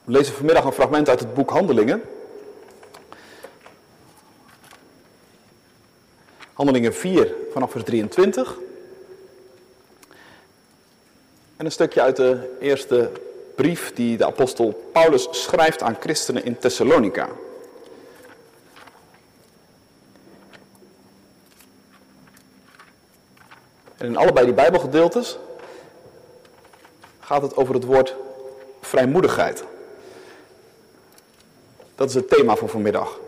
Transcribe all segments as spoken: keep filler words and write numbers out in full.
We lezen vanmiddag een fragment uit het boek Handelingen. Handelingen vier vanaf vers drieëntwintig. En een stukje uit de eerste brief die de apostel Paulus schrijft aan christenen in Thessalonica. En in allebei die Bijbelgedeeltes gaat het over het woord vrijmoedigheid. Dat is het thema voor vanmiddag.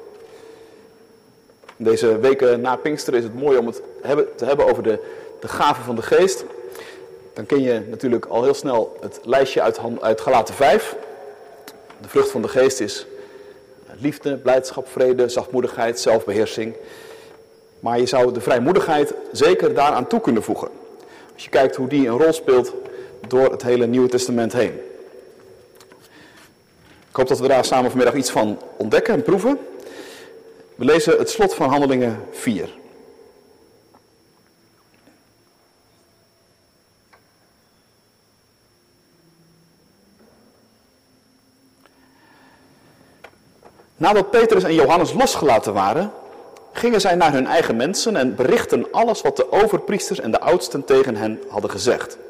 Deze weken na Pinksteren is het mooi om het te hebben over de, de gaven van de geest. Dan ken je natuurlijk al heel snel het lijstje uit, uit Galaten vijf. De vrucht van de geest is liefde, blijdschap, vrede, zachtmoedigheid, zelfbeheersing. Maar je zou de vrijmoedigheid zeker daaraan toe kunnen voegen. Als je kijkt hoe die een rol speelt door het hele Nieuwe Testament heen. Ik hoop dat we daar samen vanmiddag iets van ontdekken en proeven. We lezen het slot van Handelingen vier. Nadat Petrus en Johannes losgelaten waren, gingen zij naar hun eigen mensen en berichtten alles wat de overpriesters en de oudsten tegen hen hadden gezegd.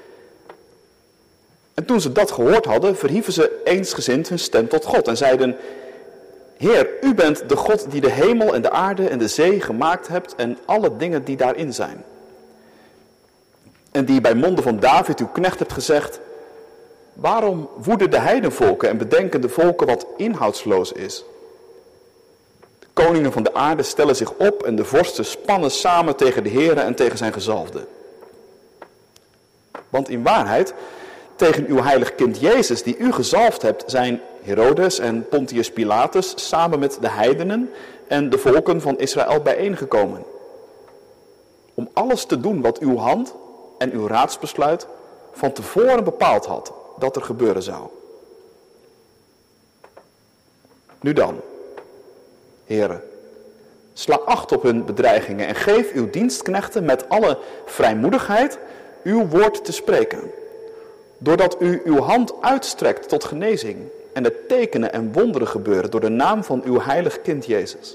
En toen ze dat gehoord hadden, verhieven ze eensgezind hun stem tot God en zeiden: Heer, u bent de God die de hemel en de aarde en de zee gemaakt hebt en alle dingen die daarin zijn. En die bij monden van David uw knecht hebt gezegd: waarom woeden de heidenvolken en bedenken de volken wat inhoudsloos is? De koningen van de aarde stellen zich op en de vorsten spannen samen tegen de Heere en tegen zijn gezalfde. Want in waarheid, tegen uw heilig kind Jezus, die u gezalfd hebt, zijn Herodes en Pontius Pilatus samen met de heidenen en de volken van Israël bijeengekomen. Om alles te doen wat uw hand en uw raadsbesluit van tevoren bepaald had dat er gebeuren zou. Nu dan, Heere, sla acht op hun bedreigingen en geef uw dienstknechten met alle vrijmoedigheid uw woord te spreken. Doordat u uw hand uitstrekt tot genezing en de tekenen en wonderen gebeuren door de naam van uw heilig kind Jezus.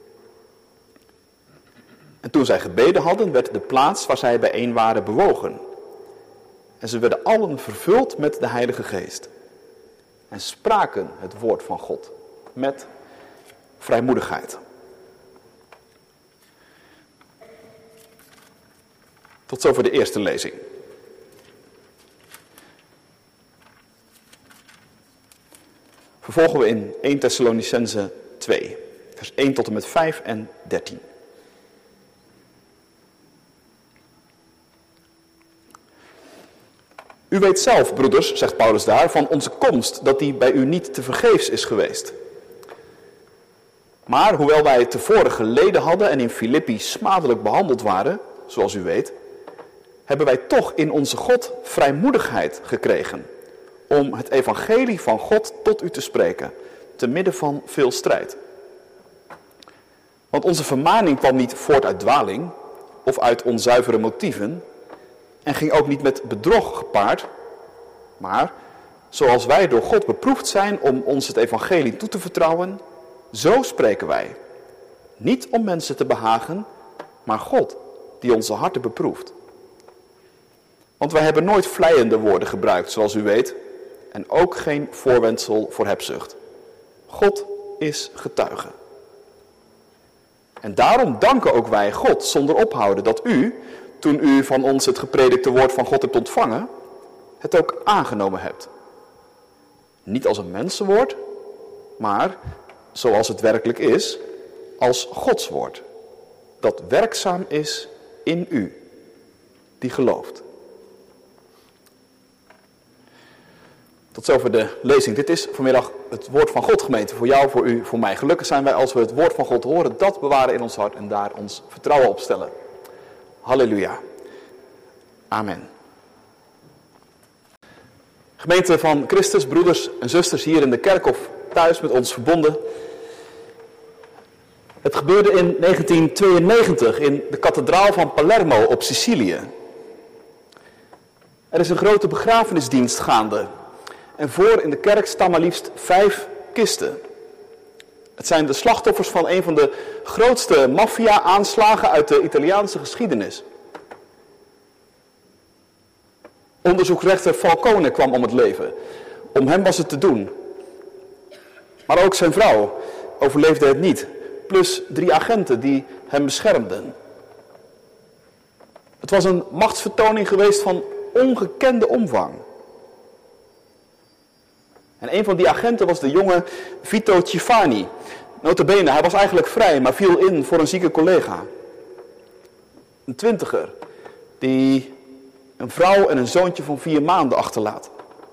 En toen zij gebeden hadden, werd de plaats waar zij bijeen waren bewogen. En ze werden allen vervuld met de Heilige Geest. En spraken het woord van God met vrijmoedigheid. Tot zover de eerste lezing. Vervolgen we in eerste Thessalonicenzen twee, vers één tot en met vijf en dertien. U weet zelf, broeders, zegt Paulus daar, van onze komst, dat die bij u niet tevergeefs is geweest. Maar hoewel wij tevoren geleden hadden en in Filippi smadelijk behandeld waren, zoals u weet, hebben wij toch in onze God vrijmoedigheid gekregen om het evangelie van God tot u te spreken, te midden van veel strijd. Want onze vermaning kwam niet voort uit dwaling of uit onzuivere motieven en ging ook niet met bedrog gepaard, maar zoals wij door God beproefd zijn om ons het evangelie toe te vertrouwen, zo spreken wij. Niet om mensen te behagen, maar God die onze harten beproeft. Want wij hebben nooit vleiende woorden gebruikt, zoals u weet, en ook geen voorwendsel voor hebzucht. God is getuige. En daarom danken ook wij God zonder ophouden dat u, toen u van ons het gepredikte woord van God hebt ontvangen, het ook aangenomen hebt. Niet als een mensenwoord, maar zoals het werkelijk is, als Gods woord, dat werkzaam is in u, die gelooft. Tot zover de lezing. Dit is vanmiddag het woord van God, gemeente. Voor jou, voor u, voor mij. Gelukkig zijn wij als we het woord van God horen, dat bewaren in ons hart en daar ons vertrouwen op stellen. Halleluja. Amen. Gemeente van Christus, broeders en zusters hier in de kerk of thuis met ons verbonden. Het gebeurde in negentien tweeënnegentig in de kathedraal van Palermo op Sicilië. Er is een grote begrafenisdienst gaande. En voor in de kerk staan maar liefst vijf kisten. Het zijn de slachtoffers van een van de grootste maffia-aanslagen uit de Italiaanse geschiedenis. Onderzoeksrechter Falcone kwam om het leven. Om hem was het te doen. Maar ook zijn vrouw overleefde het niet. Plus drie agenten die hem beschermden. Het was een machtsvertoning geweest van ongekende omvang. En een van die agenten was de jonge Vito Cifani. Nota bene, hij was eigenlijk vrij, maar viel in voor een zieke collega. Een twintiger, die een vrouw en een zoontje van vier maanden achterlaat.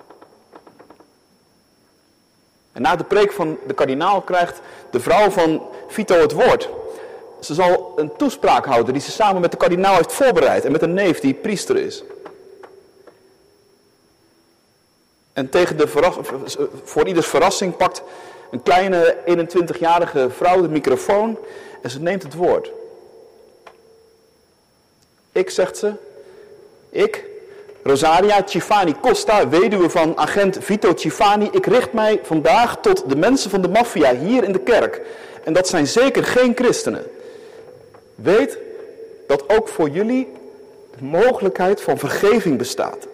En na de preek van de kardinaal krijgt de vrouw van Vito het woord. Ze zal een toespraak houden die ze samen met de kardinaal heeft voorbereid en met een neef die priester is. En tegen de verras- voor ieders verrassing pakt een kleine eenentwintigjarige vrouw de microfoon en ze neemt het woord. Ik, zegt ze, ik, Rosaria Cifani Costa, weduwe van agent Vito Cifani, ik richt mij vandaag tot de mensen van de maffia hier in de kerk. En dat zijn zeker geen christenen. Weet dat ook voor jullie de mogelijkheid van vergeving bestaat.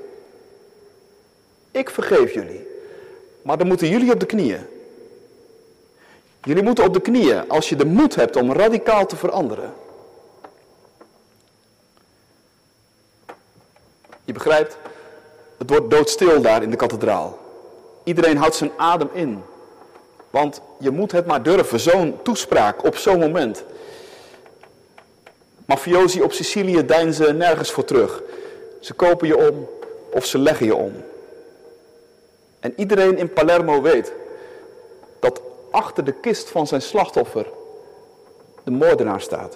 Ik vergeef jullie, maar dan moeten jullie op de knieën. Jullie moeten op de knieën als je de moed hebt om radicaal te veranderen. Je begrijpt, het wordt doodstil daar in de kathedraal. Iedereen houdt zijn adem in. Want je moet het maar durven, zo'n toespraak op zo'n moment. Mafiosi op Sicilië deinzen nergens voor terug. Ze kopen je om of ze leggen je om. En iedereen in Palermo weet dat achter de kist van zijn slachtoffer de moordenaar staat.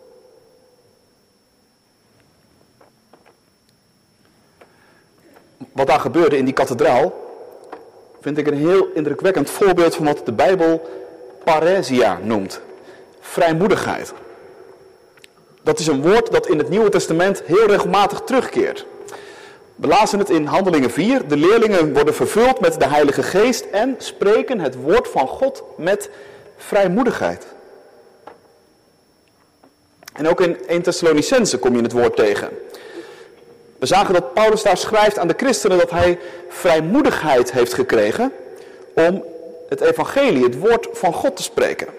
Wat daar gebeurde in die kathedraal vind ik een heel indrukwekkend voorbeeld van wat de Bijbel paresia noemt. Vrijmoedigheid. Dat is een woord dat in het Nieuwe Testament heel regelmatig terugkeert. We lazen het in Handelingen vier. De leerlingen worden vervuld met de Heilige Geest en spreken het woord van God met vrijmoedigheid. En ook in Eerste Thessalonicenzen kom je het woord tegen. We zagen dat Paulus daar schrijft aan de christenen dat hij vrijmoedigheid heeft gekregen om het evangelie, het woord van God te spreken.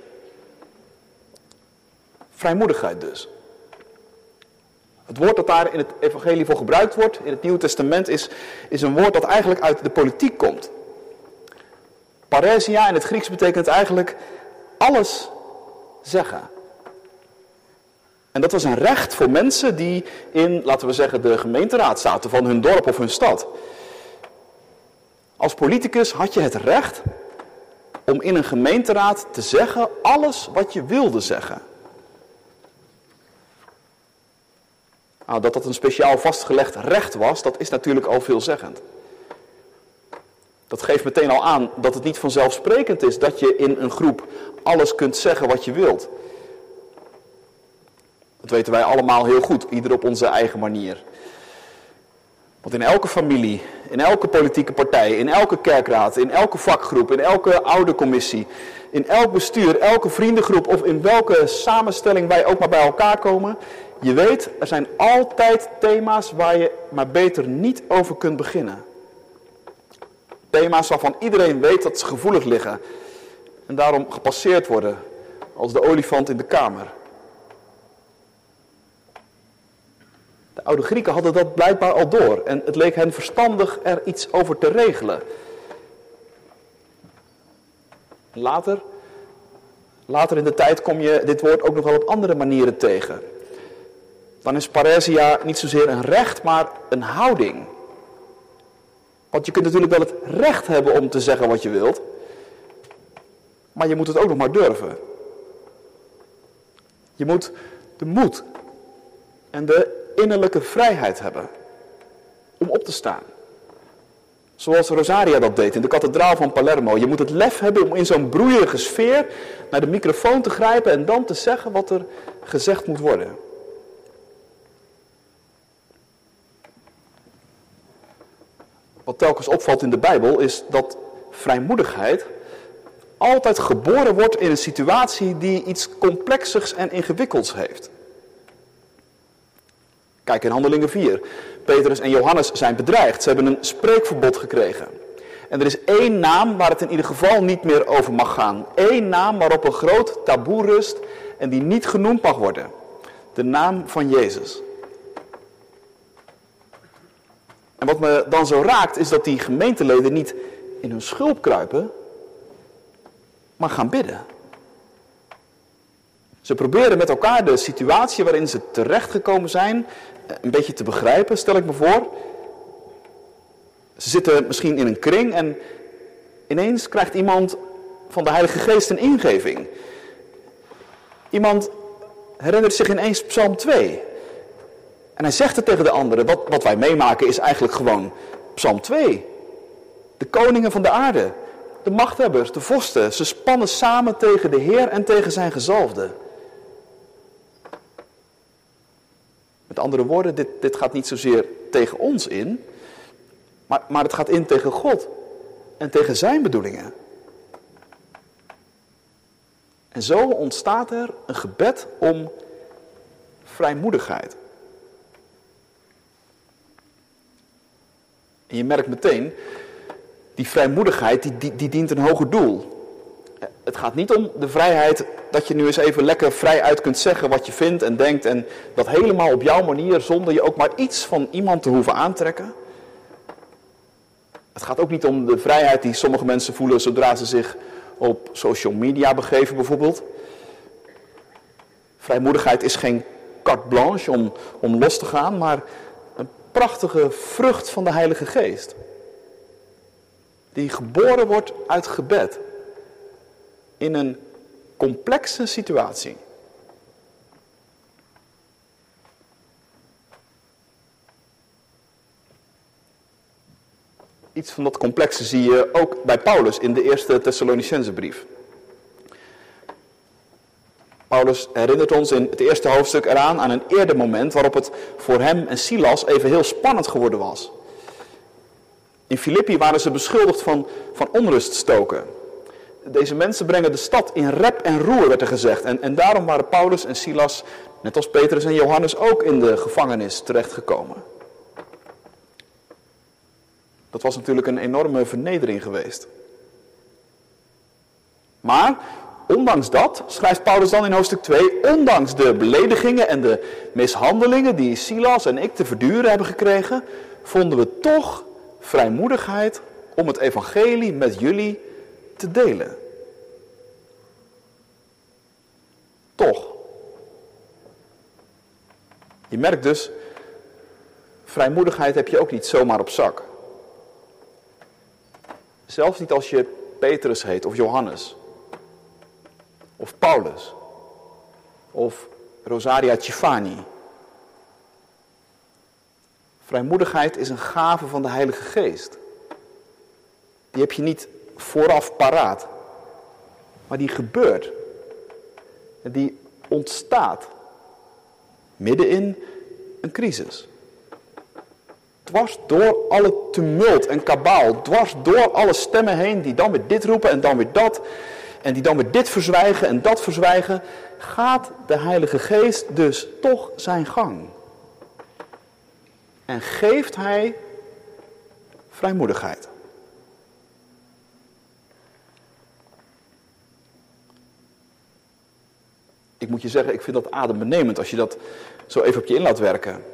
Vrijmoedigheid dus. Het woord dat daar in het evangelie voor gebruikt wordt, in het Nieuwe Testament, is, is een woord dat eigenlijk uit de politiek komt. Paresia in het Grieks betekent eigenlijk alles zeggen. En dat was een recht voor mensen die in, laten we zeggen, de gemeenteraad zaten van hun dorp of hun stad. Als politicus had je het recht om in een gemeenteraad te zeggen alles wat je wilde zeggen. Nou, dat dat een speciaal vastgelegd recht was, dat is natuurlijk al veelzeggend. Dat geeft meteen al aan dat het niet vanzelfsprekend is dat je in een groep alles kunt zeggen wat je wilt. Dat weten wij allemaal heel goed, ieder op onze eigen manier. Want in elke familie, in elke politieke partij, in elke kerkraad, in elke vakgroep, in elke oudercommissie, in elk bestuur, elke vriendengroep of in welke samenstelling wij ook maar bij elkaar komen, je weet, er zijn altijd thema's waar je maar beter niet over kunt beginnen. Thema's waarvan iedereen weet dat ze gevoelig liggen en daarom gepasseerd worden als de olifant in de kamer. De oude Grieken hadden dat blijkbaar al door en het leek hen verstandig er iets over te regelen. Later, later in de tijd kom je dit woord ook nog wel op andere manieren tegen. Dan is paresia niet zozeer een recht, maar een houding. Want je kunt natuurlijk wel het recht hebben om te zeggen wat je wilt, maar je moet het ook nog maar durven. Je moet de moed en de innerlijke vrijheid hebben om op te staan. Zoals Rosaria dat deed in de kathedraal van Palermo. Je moet het lef hebben om in zo'n broeierige sfeer naar de microfoon te grijpen en dan te zeggen wat er gezegd moet worden. Wat telkens opvalt in de Bijbel is dat vrijmoedigheid altijd geboren wordt in een situatie die iets complexers en ingewikkelds heeft. Kijk in Handelingen vier. Petrus en Johannes zijn bedreigd. Ze hebben een spreekverbod gekregen. En er is één naam waar het in ieder geval niet meer over mag gaan. Eén naam waarop een groot taboe rust en die niet genoemd mag worden. De naam van Jezus. En wat me dan zo raakt is dat die gemeenteleden niet in hun schulp kruipen, maar gaan bidden. Ze proberen met elkaar de situatie waarin ze terechtgekomen zijn een beetje te begrijpen, stel ik me voor. Ze zitten misschien in een kring en ineens krijgt iemand van de Heilige Geest een ingeving. Iemand herinnert zich ineens Psalm twee. En hij zegt het tegen de anderen. Wat, wat wij meemaken is eigenlijk gewoon Psalm twee. De koningen van de aarde, de machthebbers, de vorsten, ze spannen samen tegen de Heer en tegen zijn gezalfde. Met andere woorden, dit, dit gaat niet zozeer tegen ons in, maar, maar het gaat in tegen God en tegen zijn bedoelingen. En zo ontstaat er een gebed om vrijmoedigheid. En je merkt meteen, die vrijmoedigheid die, die, die dient een hoger doel. Het gaat niet om de vrijheid dat je nu eens even lekker vrij uit kunt zeggen wat je vindt en denkt. En dat helemaal op jouw manier zonder je ook maar iets van iemand te hoeven aantrekken. Het gaat ook niet om de vrijheid die sommige mensen voelen zodra ze zich op social media begeven bijvoorbeeld. Vrijmoedigheid is geen carte blanche om, om los te gaan, maar een prachtige vrucht van de Heilige Geest. Die geboren wordt uit gebed. In een complexe situatie. Iets van dat complexe zie je ook bij Paulus in de eerste Thessalonicensebrief. Paulus herinnert ons in het eerste hoofdstuk eraan aan een eerder moment waarop het voor hem en Silas even heel spannend geworden was. In Filippi waren ze beschuldigd van, van onrust stoken. Deze mensen brengen de stad in rep en roer, werd er gezegd. En, en daarom waren Paulus en Silas, net als Petrus en Johannes, ook in de gevangenis terechtgekomen. Dat was natuurlijk een enorme vernedering geweest. Maar, ondanks dat, schrijft Paulus dan in hoofdstuk twee, ondanks de beledigingen en de mishandelingen die Silas en ik te verduren hebben gekregen, vonden we toch vrijmoedigheid om het evangelie met jullie te delen. Toch. Je merkt dus, vrijmoedigheid heb je ook niet zomaar op zak. Zelfs niet als je Petrus heet of Johannes. Of Paulus. Of Rosaria Cifani. Vrijmoedigheid is een gave van de Heilige Geest. Die heb je niet vooraf paraat. Maar die gebeurt. En die ontstaat. Midden in een crisis. Dwars door alle tumult en kabaal. Dwars door alle stemmen heen die dan weer dit roepen en dan weer dat. En die dan weer dit verzwijgen en dat verzwijgen. Gaat de Heilige Geest dus toch zijn gang. En geeft hij vrijmoedigheid. Ik moet je zeggen, ik vind dat adembenemend als je dat zo even op je in laat werken.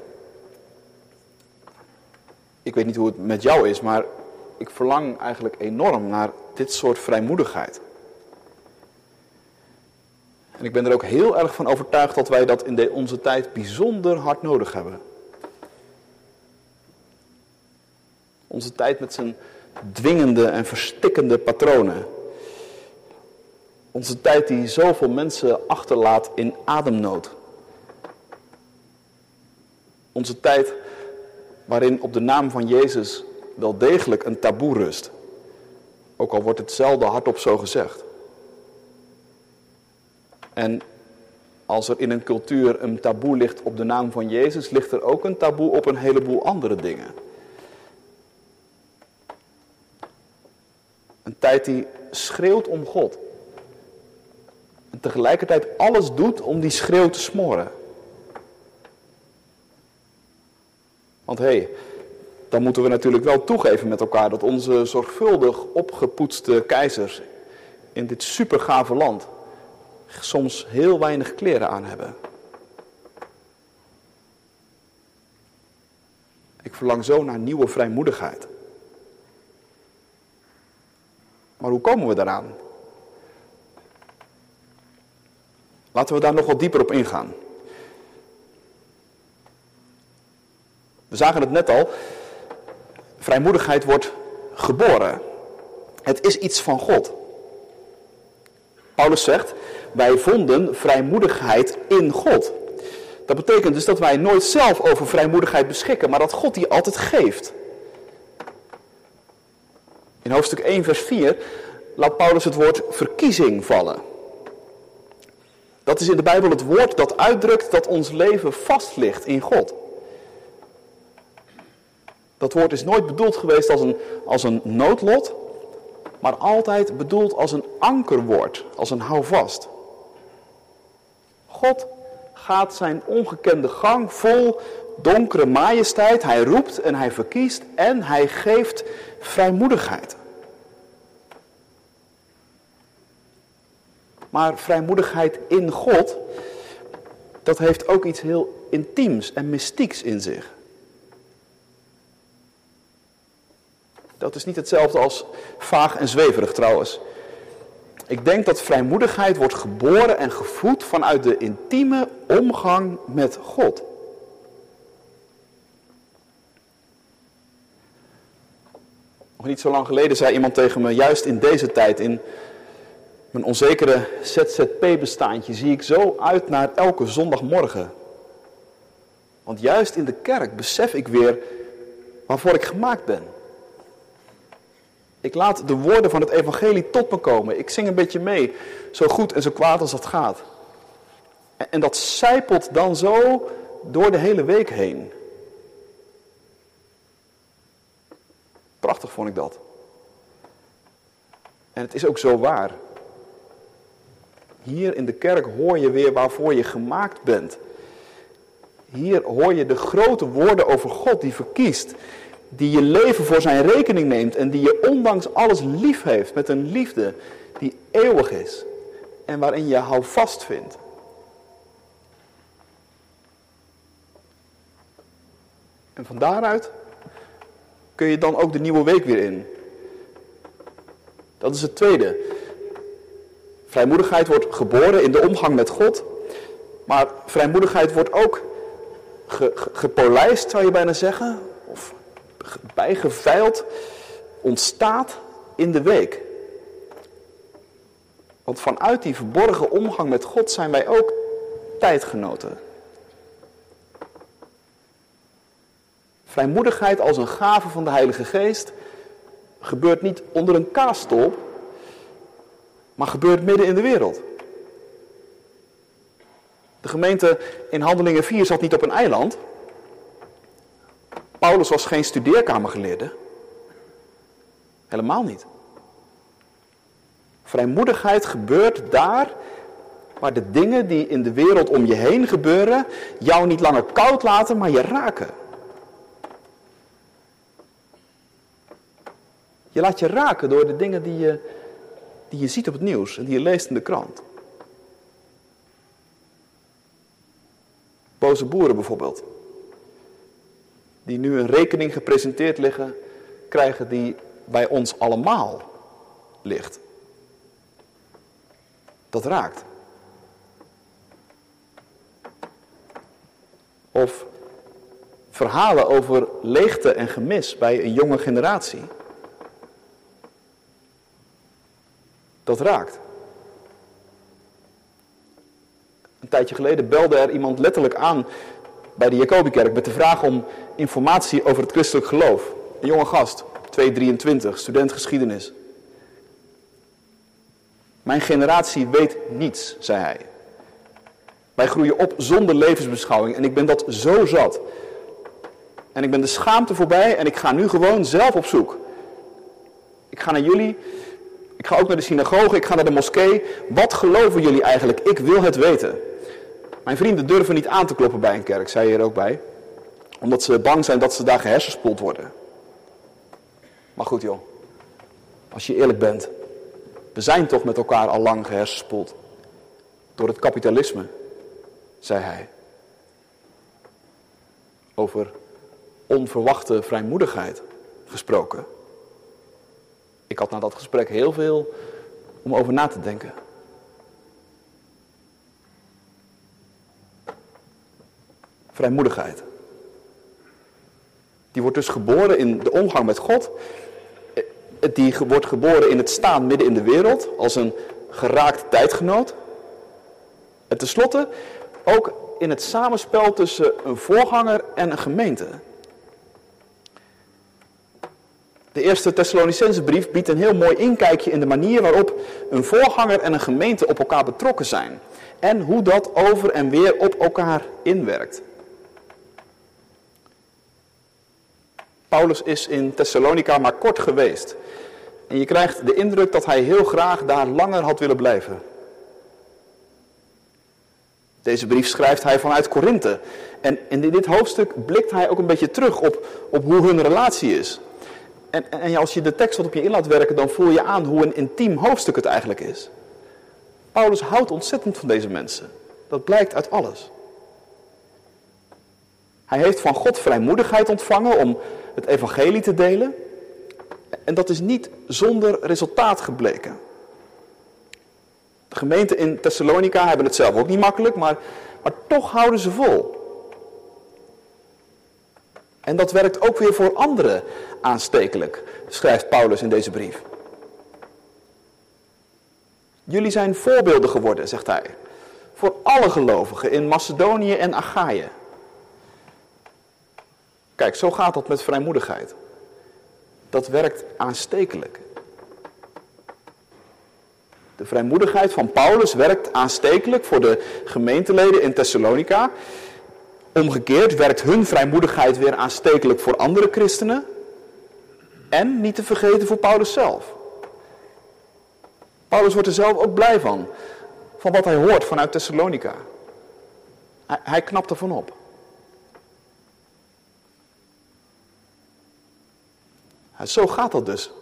Ik weet niet hoe het met jou is, maar ik verlang eigenlijk enorm naar dit soort vrijmoedigheid. En ik ben er ook heel erg van overtuigd dat wij dat in de, onze tijd bijzonder hard nodig hebben. Onze tijd met zijn dwingende en verstikkende patronen. Onze tijd die zoveel mensen achterlaat in ademnood. Onze tijd waarin op de naam van Jezus wel degelijk een taboe rust. Ook al wordt het zelden hardop zo gezegd. En als er in een cultuur een taboe ligt op de naam van Jezus, ligt er ook een taboe op een heleboel andere dingen. tegelijkertijd die schreeuwt om God. En tegelijkertijd alles doet om die schreeuw te smoren. Want hé, hey, dan moeten we natuurlijk wel toegeven met elkaar dat onze zorgvuldig opgepoetste keizers in dit supergave land soms heel weinig kleren aan hebben. Ik verlang zo naar nieuwe vrijmoedigheid. Maar hoe komen we daaraan? Laten we daar nog wat dieper op ingaan. We zagen het net al. Vrijmoedigheid wordt geboren. Het is iets van God. Paulus zegt, wij vonden vrijmoedigheid in God. Dat betekent dus dat wij nooit zelf over vrijmoedigheid beschikken, maar dat God die altijd geeft. In hoofdstuk één vers vier laat Paulus het woord verkiezing vallen. Dat is in de Bijbel het woord dat uitdrukt dat ons leven vast ligt in God. Dat woord is nooit bedoeld geweest als een, als een noodlot, maar altijd bedoeld als een ankerwoord, als een houvast. God gaat zijn ongekende gang vol donkere majesteit. Hij roept en hij verkiest en hij geeft vrijmoedigheid. Maar vrijmoedigheid in God, dat heeft ook iets heel intiems en mystieks in zich. Dat is niet hetzelfde als vaag en zweverig trouwens. Ik denk dat vrijmoedigheid wordt geboren en gevoed vanuit de intieme omgang met God. Nog niet zo lang geleden zei iemand tegen me, juist in deze tijd, in mijn onzekere Z Z P-bestaantje, zie ik zo uit naar elke zondagmorgen. Want juist in de kerk besef ik weer waarvoor ik gemaakt ben. Ik laat de woorden van het evangelie tot me komen. Ik zing een beetje mee, zo goed en zo kwaad als dat gaat. En dat sijpelt dan zo door de hele week heen. Prachtig vond ik dat. En het is ook zo waar. Hier in de kerk hoor je weer waarvoor je gemaakt bent. Hier hoor je de grote woorden over God die verkiest. Die je leven voor zijn rekening neemt en die je ondanks alles lief heeft met een liefde die eeuwig is. En waarin je houvast vindt. En van daaruit kun je dan ook de nieuwe week weer in. Dat is het tweede. Vrijmoedigheid wordt geboren in de omgang met God. Maar vrijmoedigheid wordt ook ge, ge, gepolijst, zou je bijna zeggen. Of bijgeveild, ontstaat in de week. Want vanuit die verborgen omgang met God zijn wij ook tijdgenoten. Vrijmoedigheid als een gave van de Heilige Geest gebeurt niet onder een kaasstolp, maar gebeurt midden in de wereld. De gemeente in Handelingen vier zat niet op een eiland. Paulus was geen studeerkamergeleerde. Helemaal niet. Vrijmoedigheid gebeurt daar waar de dingen die in de wereld om je heen gebeuren jou niet langer koud laten, maar je raken. Je laat je raken door de dingen die je, die je ziet op het nieuws en die je leest in de krant. Boze boeren bijvoorbeeld. Die nu een rekening gepresenteerd liggen, krijgen die bij ons allemaal ligt. Dat raakt. Of verhalen over leegte en gemis bij een jonge generatie. Dat raakt. Een tijdje geleden belde er iemand letterlijk aan bij de Jacobikerk met de vraag om informatie over het christelijk geloof. Een jonge gast, twee drieëntwintig, student geschiedenis. Mijn generatie weet niets, zei hij. Wij groeien op zonder levensbeschouwing en ik ben dat zo zat. En ik ben de schaamte voorbij en ik ga nu gewoon zelf op zoek. Ik ga naar jullie Ik ga ook naar de synagoge, ik ga naar de moskee. Wat geloven jullie eigenlijk? Ik wil het weten. Mijn vrienden durven niet aan te kloppen bij een kerk, zei je er ook bij. Omdat ze bang zijn dat ze daar gehersenspoeld worden. Maar goed joh, als je eerlijk bent. We zijn toch met elkaar al lang gehersenspoeld. Door het kapitalisme, zei hij. Over onverwachte vrijmoedigheid gesproken. Ik had na dat gesprek heel veel om over na te denken. Vrijmoedigheid. Die wordt dus geboren in de omgang met God. Die wordt geboren in het staan midden in de wereld, als een geraakt tijdgenoot. En tenslotte ook in het samenspel tussen een voorganger en een gemeente. De eerste Thessalonicense brief biedt een heel mooi inkijkje in de manier waarop een voorganger en een gemeente op elkaar betrokken zijn. En hoe dat over en weer op elkaar inwerkt. Paulus is in Thessalonica maar kort geweest. En je krijgt de indruk dat hij heel graag daar langer had willen blijven. Deze brief schrijft hij vanuit Korinthe. En in dit hoofdstuk blikt hij ook een beetje terug op, op hoe hun relatie is. En, en als je de tekst wat op je in laat werken, dan voel je aan hoe een intiem hoofdstuk het eigenlijk is. Paulus houdt ontzettend van deze mensen. Dat blijkt uit alles. Hij heeft van God vrijmoedigheid ontvangen om het evangelie te delen. En dat is niet zonder resultaat gebleken. De gemeenten in Thessalonica hebben het zelf ook niet makkelijk, maar, maar toch houden ze vol. En dat werkt ook weer voor anderen aanstekelijk, schrijft Paulus in deze brief. Jullie zijn voorbeelden geworden, zegt hij, voor alle gelovigen in Macedonië en Achaïe. Kijk, zo gaat dat met vrijmoedigheid. Dat werkt aanstekelijk. De vrijmoedigheid van Paulus werkt aanstekelijk voor de gemeenteleden in Thessalonica. Omgekeerd werkt hun vrijmoedigheid weer aanstekelijk voor andere christenen. En niet te vergeten voor Paulus zelf. Paulus wordt er zelf ook blij van. Van wat hij hoort vanuit Thessalonica. Hij, hij knapt ervan op. En zo gaat dat dus.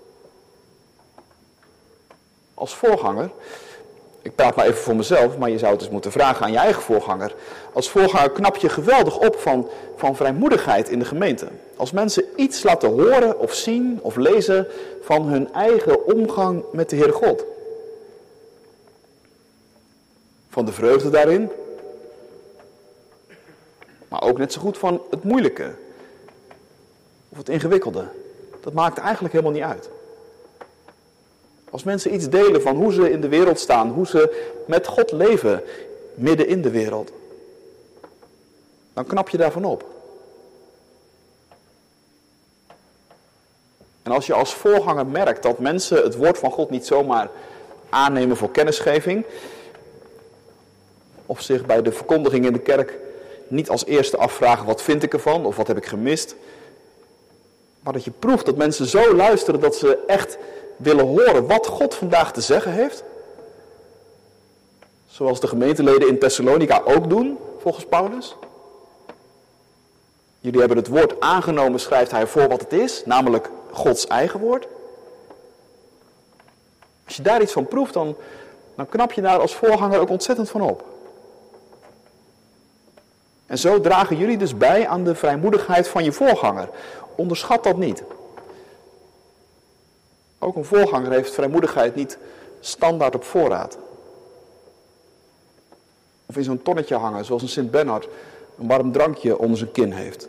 Als voorganger, ik praat maar even voor mezelf, maar je zou het dus moeten vragen aan je eigen voorganger. Als voorganger knap je geweldig op van, van vrijmoedigheid in de gemeente. Als mensen iets laten horen of zien of lezen van hun eigen omgang met de Heere God. Van de vreugde daarin. Maar ook net zo goed van het moeilijke. Of het ingewikkelde. Dat maakt eigenlijk helemaal niet uit. Als mensen iets delen van hoe ze in de wereld staan, hoe ze met God leven midden in de wereld, dan knap je daarvan op. En als je als voorganger merkt dat mensen het woord van God niet zomaar aannemen voor kennisgeving, of zich bij de verkondiging in de kerk niet als eerste afvragen wat vind ik ervan of wat heb ik gemist, maar dat je proeft dat mensen zo luisteren dat ze echt willen horen wat God vandaag te zeggen heeft. Zoals de gemeenteleden in Thessalonica ook doen, volgens Paulus. Jullie hebben het woord aangenomen, schrijft hij, voor wat het is, namelijk Gods eigen woord. Als je daar iets van proeft, dan, dan knap je daar als voorganger ook ontzettend van op. En zo dragen jullie dus bij aan de vrijmoedigheid van je voorganger. Onderschat dat niet. Ook een voorganger heeft vrijmoedigheid niet standaard op voorraad. Of in zo'n tonnetje hangen, zoals een Sint-Bernhard een warm drankje onder zijn kin heeft.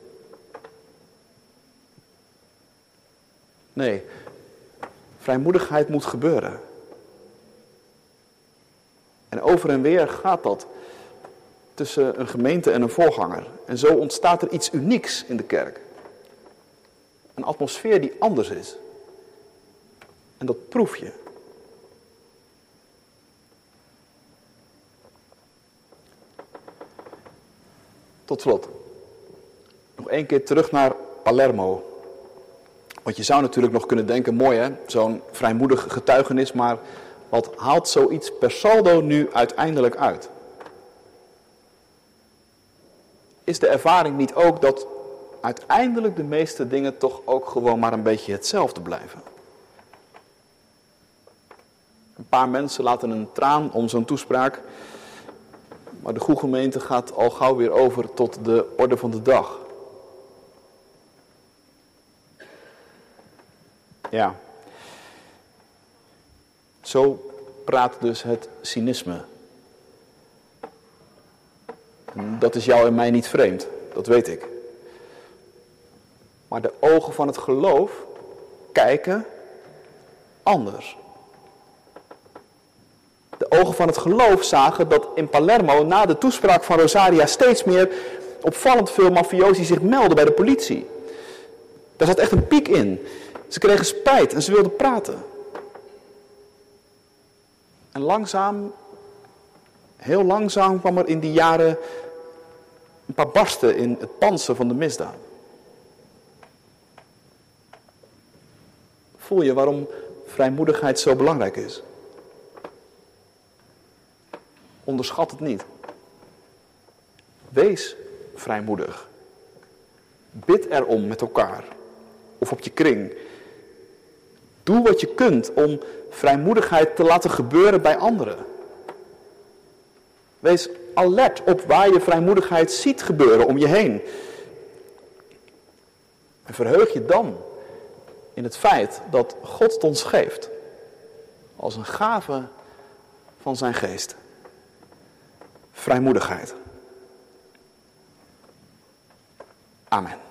Nee, vrijmoedigheid moet gebeuren. En over en weer gaat dat tussen een gemeente en een voorganger. En zo ontstaat er iets unieks in de kerk. Een atmosfeer die anders is. En dat proef je. Tot slot. Nog één keer terug naar Palermo. Want je zou natuurlijk nog kunnen denken, mooi hè, zo'n vrijmoedig getuigenis, maar wat haalt zoiets per saldo nu uiteindelijk uit? Is de ervaring niet ook dat uiteindelijk de meeste dingen toch ook gewoon maar een beetje hetzelfde blijven? Een paar mensen laten een traan om zo'n toespraak, maar de goede gemeente gaat al gauw weer over tot de orde van de dag. Ja, zo praat dus het cynisme. En dat is jou en mij niet vreemd, dat weet ik. Maar de ogen van het geloof kijken anders. De ogen van het geloof zagen dat in Palermo na de toespraak van Rosaria steeds meer opvallend veel mafiosi zich melden bij de politie. Daar zat echt een piek in. Ze kregen spijt en ze wilden praten. En langzaam, heel langzaam kwam er in die jaren een paar barsten in het pantser van de misdaad. Voel je waarom vrijmoedigheid zo belangrijk is? Onderschat het niet. Wees vrijmoedig. Bid erom met elkaar. Of op je kring. Doe wat je kunt om vrijmoedigheid te laten gebeuren bij anderen. Wees alert op waar je vrijmoedigheid ziet gebeuren om je heen. En verheug je dan in het feit dat God het ons geeft. Als een gave van zijn geest. Vrijmoedigheid. Amen.